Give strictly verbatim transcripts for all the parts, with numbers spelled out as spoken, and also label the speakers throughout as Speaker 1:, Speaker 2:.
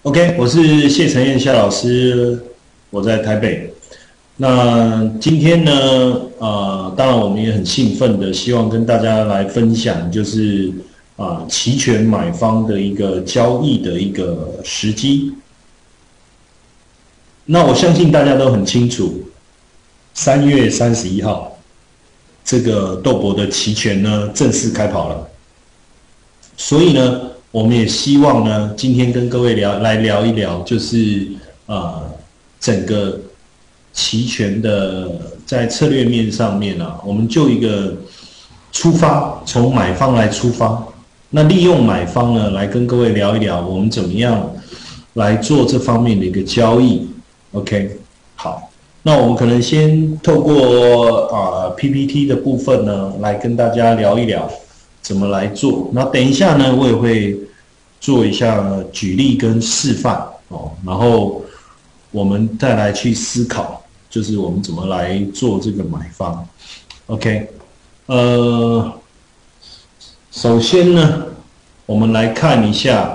Speaker 1: OK，我是谢承彦谢老师，我在台北。那今天呢，呃，当然我们也很兴奋的，希望跟大家来分享，就是啊、期权买方的一个交易的一个时机。那我相信大家都很清楚，三月三十一号这个豆博的期权呢正式开跑了，所以呢。我们也希望呢，今天跟各位聊来聊一聊，就是呃整个期权的在策略面上面啊，我们就一个出发，从买方来出发，那利用买方呢来跟各位聊一聊，我们怎么样来做这方面的一个交易。OK， 好，那我们可能先透过啊、呃、P P T 的部分呢，来跟大家聊一聊。怎么来做？那等一下呢，我也会做一下举例跟示范哦，然后我们再来去思考，就是我们怎么来做这个买方。OK， 呃，首先呢，我们来看一下，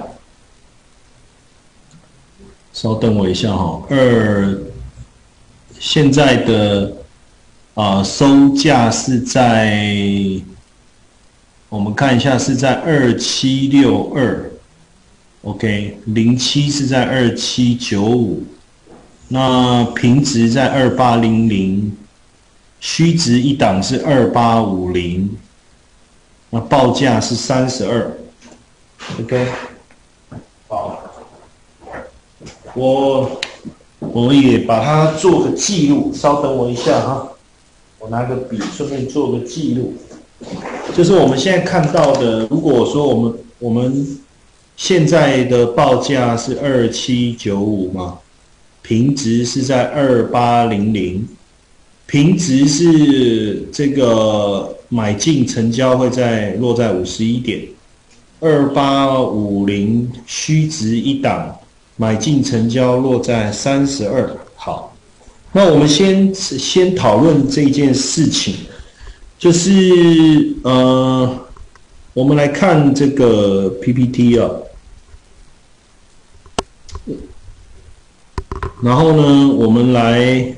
Speaker 1: 稍等我一下哈、哦，二现在的啊、呃、收价是在。我们看一下是在二七六二 ，OK， 零七是在二七九五，那平值在二八零零，虚值一档是二八五零，那报价是三十二 ，OK， 好，我我也把它做个记录，稍等我一下哈，我拿个笔顺便做个记录。就是我们现在看到的，如果说我们我们现在的报价是二七九五嘛，平值是在二八零零，平值是这个买进成交会在落在五十一点，二八五零虚值一档，买进成交落在三十二。好，那我们先先讨论这件事情。就是呃，我们来看这个 P P T 啊，然后呢，我们来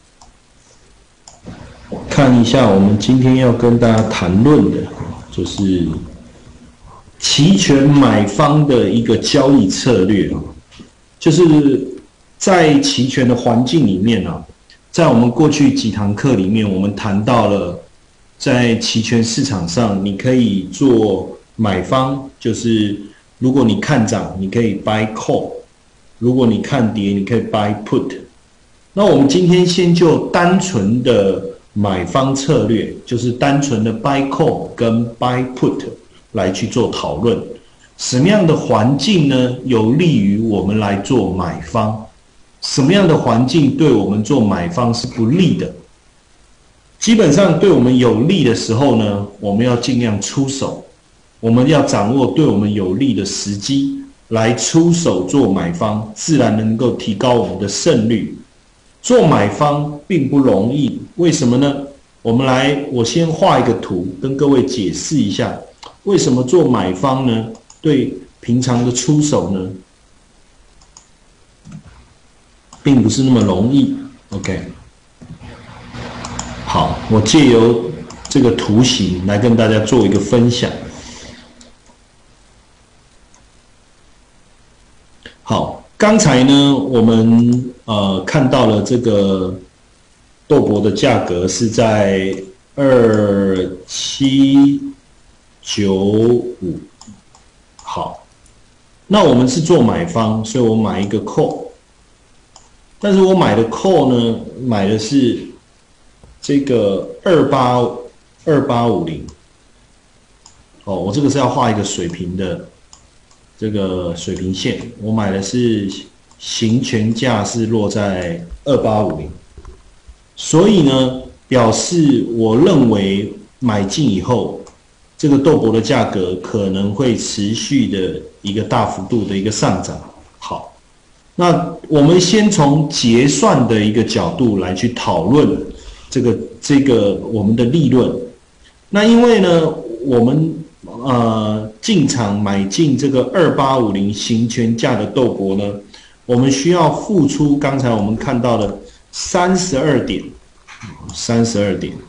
Speaker 1: 看一下我们今天要跟大家谈论的，就是期权买方的一个交易策略啊，就是在期权的环境里面啊，在我们过去几堂课里面，我们谈到了。在期权市场上，你可以做买方，就是如果你看涨，你可以 buy call； 如果你看跌，你可以 buy put。那我们今天先就单纯的买方策略，就是单纯的 buy call 跟 buy put 来去做讨论。什么样的环境呢，有利于我们来做买方？什么样的环境对我们做买方是不利的？基本上对我们有利的时候呢，我们要尽量出手，我们要掌握对我们有利的时机来出手做买方，自然能够提高我们的胜率。做买方并不容易，为什么呢？我们来，我先画一个图，跟各位解释一下，为什么做买方呢？对平常的出手呢，并不是那么容易。OK。好，我借由这个图形来跟大家做一个分享。好，刚才呢，我们呃看到了这个豆粕的价格是在二七九五。好，那我们是做买方，所以我买一个 call， 但是我买的 call 呢，买的是。这个二八二八五零，哦，我这个是要画一个水平的这个水平线，我买的是行权价是落在二八五零，所以呢，表示我认为买进以后，这个豆粕的价格可能会持续的一个大幅度的一个上涨。好，那我们先从结算的一个角度来去讨论。这个这个我们的利润，那因为呢，我们呃进场买进这个二八五零行权价的豆粕呢，我们需要付出刚才我们看到的三十二点，三十二点。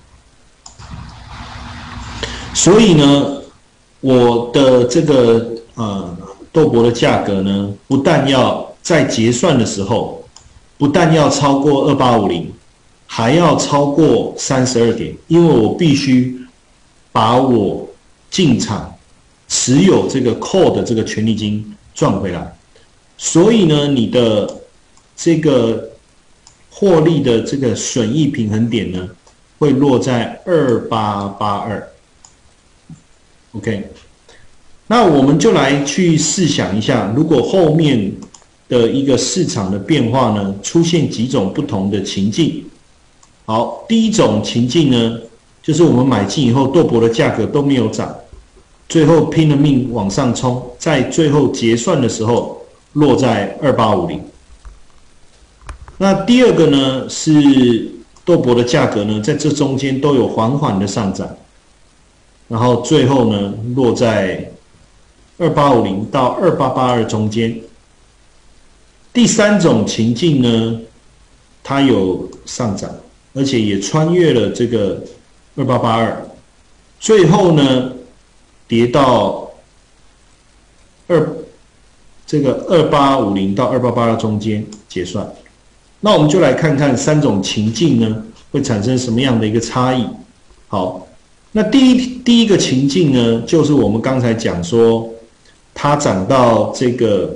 Speaker 1: 所以呢，我的这个呃豆粕的价格呢，不但要在结算的时候，不但要超过二八五零，还要超过三十二点，因为我必须把我进场持有这个 call 的这个权利金赚回来。所以呢，你的这个获利的这个损益平衡点呢，会落在二八八二。OK， 那我们就来去试想一下，如果后面的一个市场的变化呢，出现几种不同的情境。好，第一种情境呢，就是我们买进以后，豆粕的价格都没有涨，最后拼了命往上冲，在最后结算的时候落在二八五零。那第二个呢，是豆粕的价格呢，在这中间都有缓缓的上涨。然后最后呢，落在二八五零到二八八二中间。第三种情境呢，它有上涨，而且也穿越了这个二八八二，最后呢，跌到二这个二八五零到二八八二中间结算。那我们就来看看三种情境呢，会产生什么样的一个差异。好。那第一第一个情境呢，就是我们刚才讲说，它涨到这个，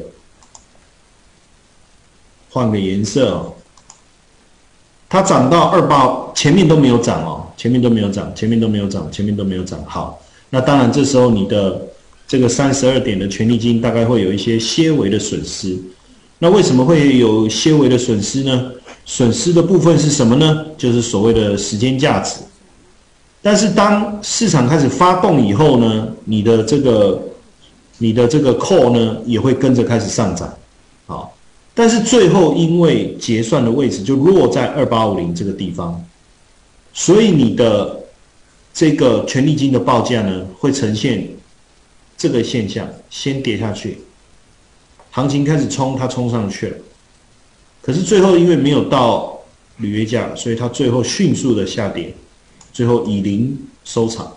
Speaker 1: 换个颜色哦，它涨到二八，前面都没有涨哦，前面都没有涨，前面都没有涨，前面都没有涨。好，那当然这时候你的这个三十二点的权利金大概会有一些些微的损失。那为什么会有些微的损失呢？损失的部分是什么呢？就是所谓的时间价值。但是当市场开始发动以后呢，你的这个你的这个 call 呢也会跟着开始上涨，好，但是最后因为结算的位置就落在二八五零这个地方，所以你的这个权利金的报价呢会呈现这个现象，先跌下去，行情开始冲，它冲上去了，可是最后因为没有到履约价，所以它最后迅速的下跌。最后以零收场。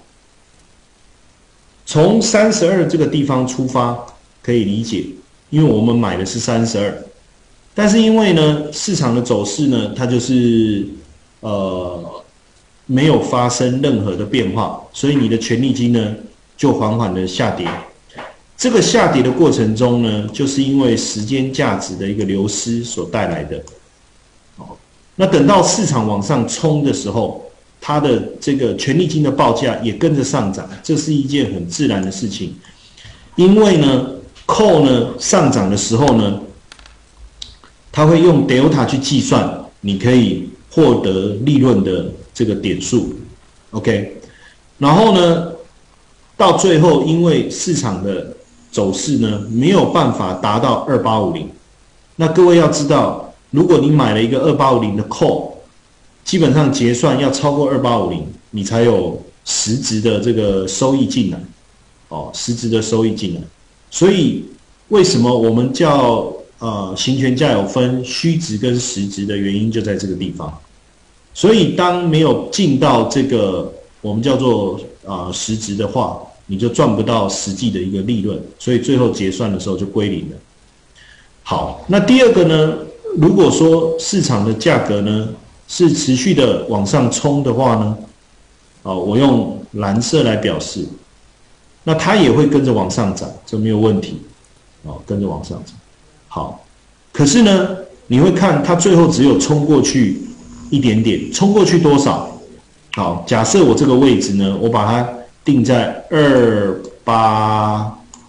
Speaker 1: 从三十二这个地方出发可以理解，因为我们买的是三十二，但是因为呢市场的走势呢，它就是呃没有发生任何的变化，所以你的权利金呢就缓缓的下跌。这个下跌的过程中呢，就是因为时间价值的一个流失所带来的。好，那等到市场往上冲的时候，它的这个权利金的报价也跟着上涨，这是一件很自然的事情。因为呢 call 呢上涨的时候呢，它会用 delta 去计算你可以获得利润的这个点数 ，OK。然后呢，到最后因为市场的走势呢没有办法达到二八五零，那各位要知道，如果你买了一个二八五零的 call，基本上结算要超过二八五零，你才有实质的这个收益进来，哦，实质的收益进来。所以为什么我们叫呃行权价有分虚值跟实值的原因就在这个地方。所以当没有进到这个我们叫做啊、呃、实值的话，你就赚不到实际的一个利润，所以最后结算的时候就归零了。好，那第二个呢，如果说市场的价格呢是持续的往上冲的话呢，哦，我用蓝色来表示，那它也会跟着往上涨，这没有问题，哦，跟着往上涨。好，可是呢，你会看它最后只有冲过去一点点，冲过去多少？好，假设我这个位置呢，我把它定在二八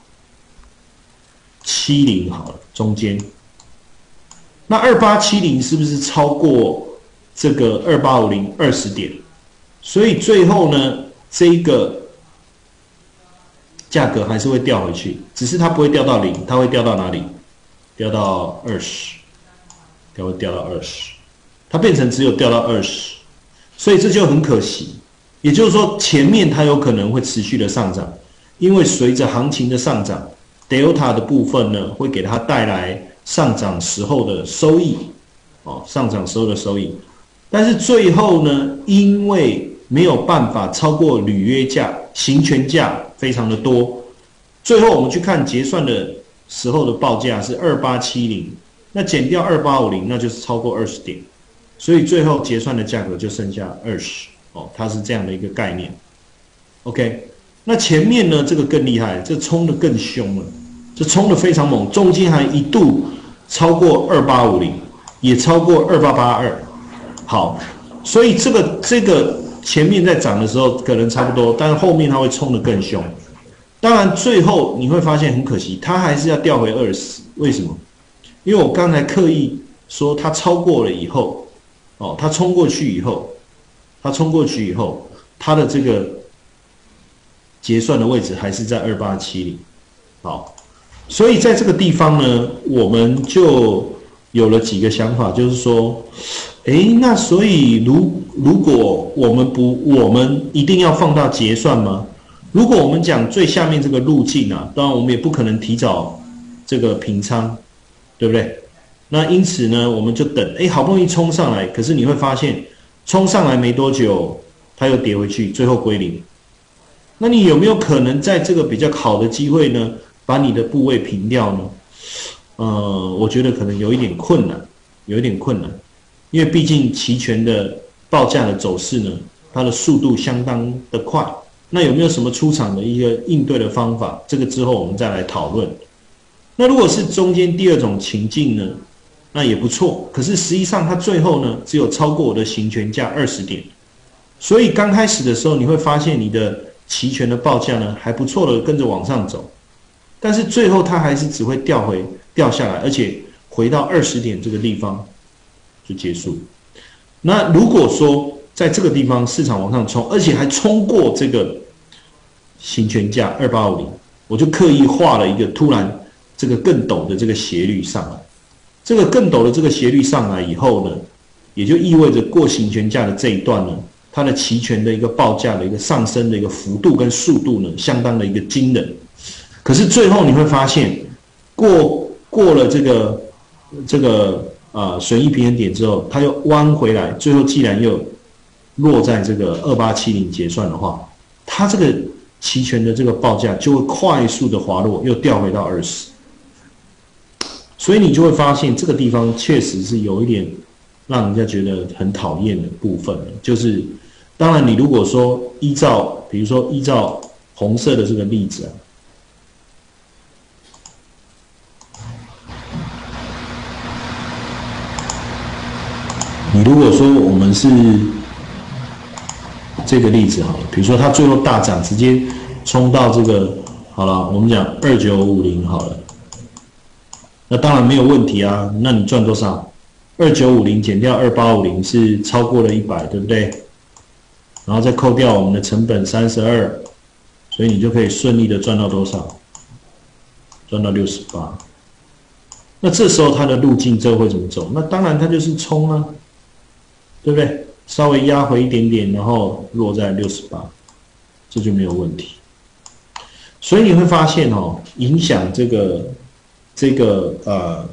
Speaker 1: 七零好了，中间。那二八七零是不是超过这个二八五零二十点？所以最后呢，这一个价格还是会掉回去，只是它不会掉到零，它会掉到哪里？掉到二十，它会掉到二十，它变成只有掉到二十，所以这就很可惜。也就是说，前面它有可能会持续的上涨， 因为随着行情的上涨 ，Delta 的部分呢，会给它带来上涨时候的收益，哦，上涨时候的收益。但是最后呢，因为没有办法超过履约价、行权价非常的多，最后我们去看结算的时候的报价是二八七零，那减掉二八五零，那就是超过二十点，所以最后结算的价格就剩下二十，哦，它是这样的一个概念。OK， 那前面呢，这个更厉害，这冲得更凶了，这冲得非常猛，中间还一度超过二八五零，也超过二八八二。好，所以这个这个前面在涨的时候可能差不多，但是后面它会冲得更凶。当然最后你会发现很可惜，它还是要掉回二十。为什么？因为我刚才刻意说它超过了以后，哦，它冲过去以后，它冲过去以后，它的这个结算的位置还是在二八七零。好，所以在这个地方呢，我们就有了几个想法，就是说，诶，那所以如如果我们不，我们一定要放到结算吗？如果我们讲最下面这个路径啊，当然我们也不可能提早这个平仓，对不对？那因此呢，我们就等，诶，好不容易冲上来，可是你会发现，冲上来没多久，它又跌回去，最后归零。那你有没有可能在这个比较好的机会呢，把你的部位平掉呢？呃，我觉得可能有一点困难，有一点困难，因为毕竟期权的报价的走势呢，它的速度相当的快。那有没有什么出场的一个应对的方法？这个之后我们再来讨论。那如果是中间第二种情境呢，那也不错。可是实际上它最后呢，只有超过我的行权价二十点，所以刚开始的时候你会发现你的期权的报价呢还不错的跟着往上走，但是最后它还是只会掉回掉下来，而且回到二十点这个地方就结束。那如果说在这个地方市场往上冲，而且还冲过这个行权价二八五零，我就刻意画了一个突然这个更陡的这个斜率上来。这个更陡的这个斜率上来以后呢，也就意味着过行权价的这一段呢，它的期权的一个报价的一个上升的一个幅度跟速度呢，相当的一个惊人。可是最后你会发现，过过了这个这个啊损益平衡点之后，它又弯回来，最后既然又落在这个二八七零结算的话，它这个期权的这个报价就会快速的滑落，又掉回到二十。所以你就会发现这个地方确实是有一点让人家觉得很讨厌的部分，就是当然你如果说依照比如说依照红色的这个例子啊，你如果说我们是这个例子好了，比如说它最后大涨，直接冲到这个好了，我们讲二九五零好了。那当然没有问题啊，那你赚多少？二九五零减掉二八五零是超过了一百，对不对？然后再扣掉我们的成本三十二，所以你就可以顺利的赚到多少？赚到六十八。那这时候它的路径之后会怎么走？那当然它就是冲啊，对不对？稍微压回一点点，然后落在六十八，这就没有问题。所以你会发现哦，影响这个。这个呃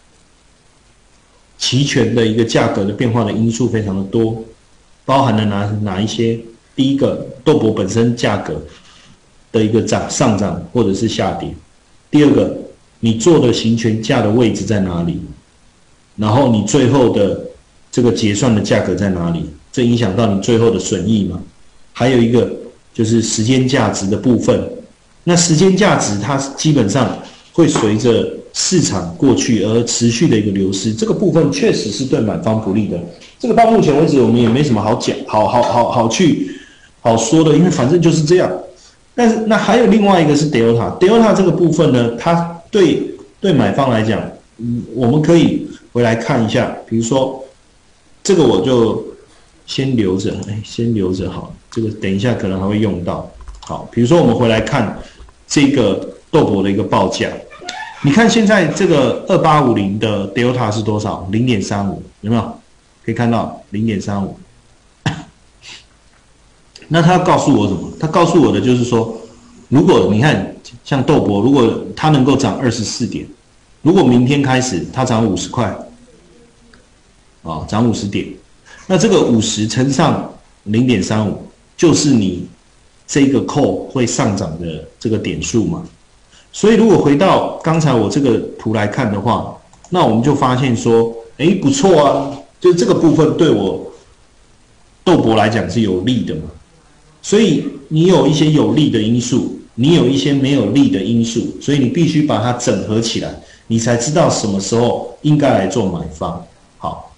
Speaker 1: 期权的一个价格的变化的因素非常的多，包含了哪哪一些？第一个，豆粕本身价格的一个涨上涨或者是下跌；第二个，你做的行权价的位置在哪里？然后你最后的这个结算的价格在哪里？这影响到你最后的损益吗？还有一个就是时间价值的部分。那时间价值它基本上会随着市场过去而持续的一个流失，这个部分确实是对买方不利的。这个到目前为止我们也没什么好讲、好好好好去好说的，因为反正就是这样。但是那还有另外一个是 Delta，Delta 这个部分呢，它对对买方来讲，嗯，我们可以回来看一下，比如说这个我就先留着，哎，先留着好，这个等一下可能还会用到。好，比如说我们回来看这个豆粕的一个报价。你看现在这个二八五零的 Delta 是多少？ 零点三五， 有没有？可以看到 零点三五。那他告诉我什么？他告诉我的就是说， 如果你看像豆粕，如果它能够涨二十四点，如果明天开始它涨五十块，啊，涨五十点，那这个五十乘上零点三五，就是你这个扣会上涨的这个点数嘛。所以如果回到刚才我这个图来看的话，那我们就发现说，哎，不错啊，就这个部分对我豆粕来讲是有利的嘛。所以你有一些有利的因素，你有一些没有利的因素，所以你必须把它整合起来，你才知道什么时候应该来做买方。好。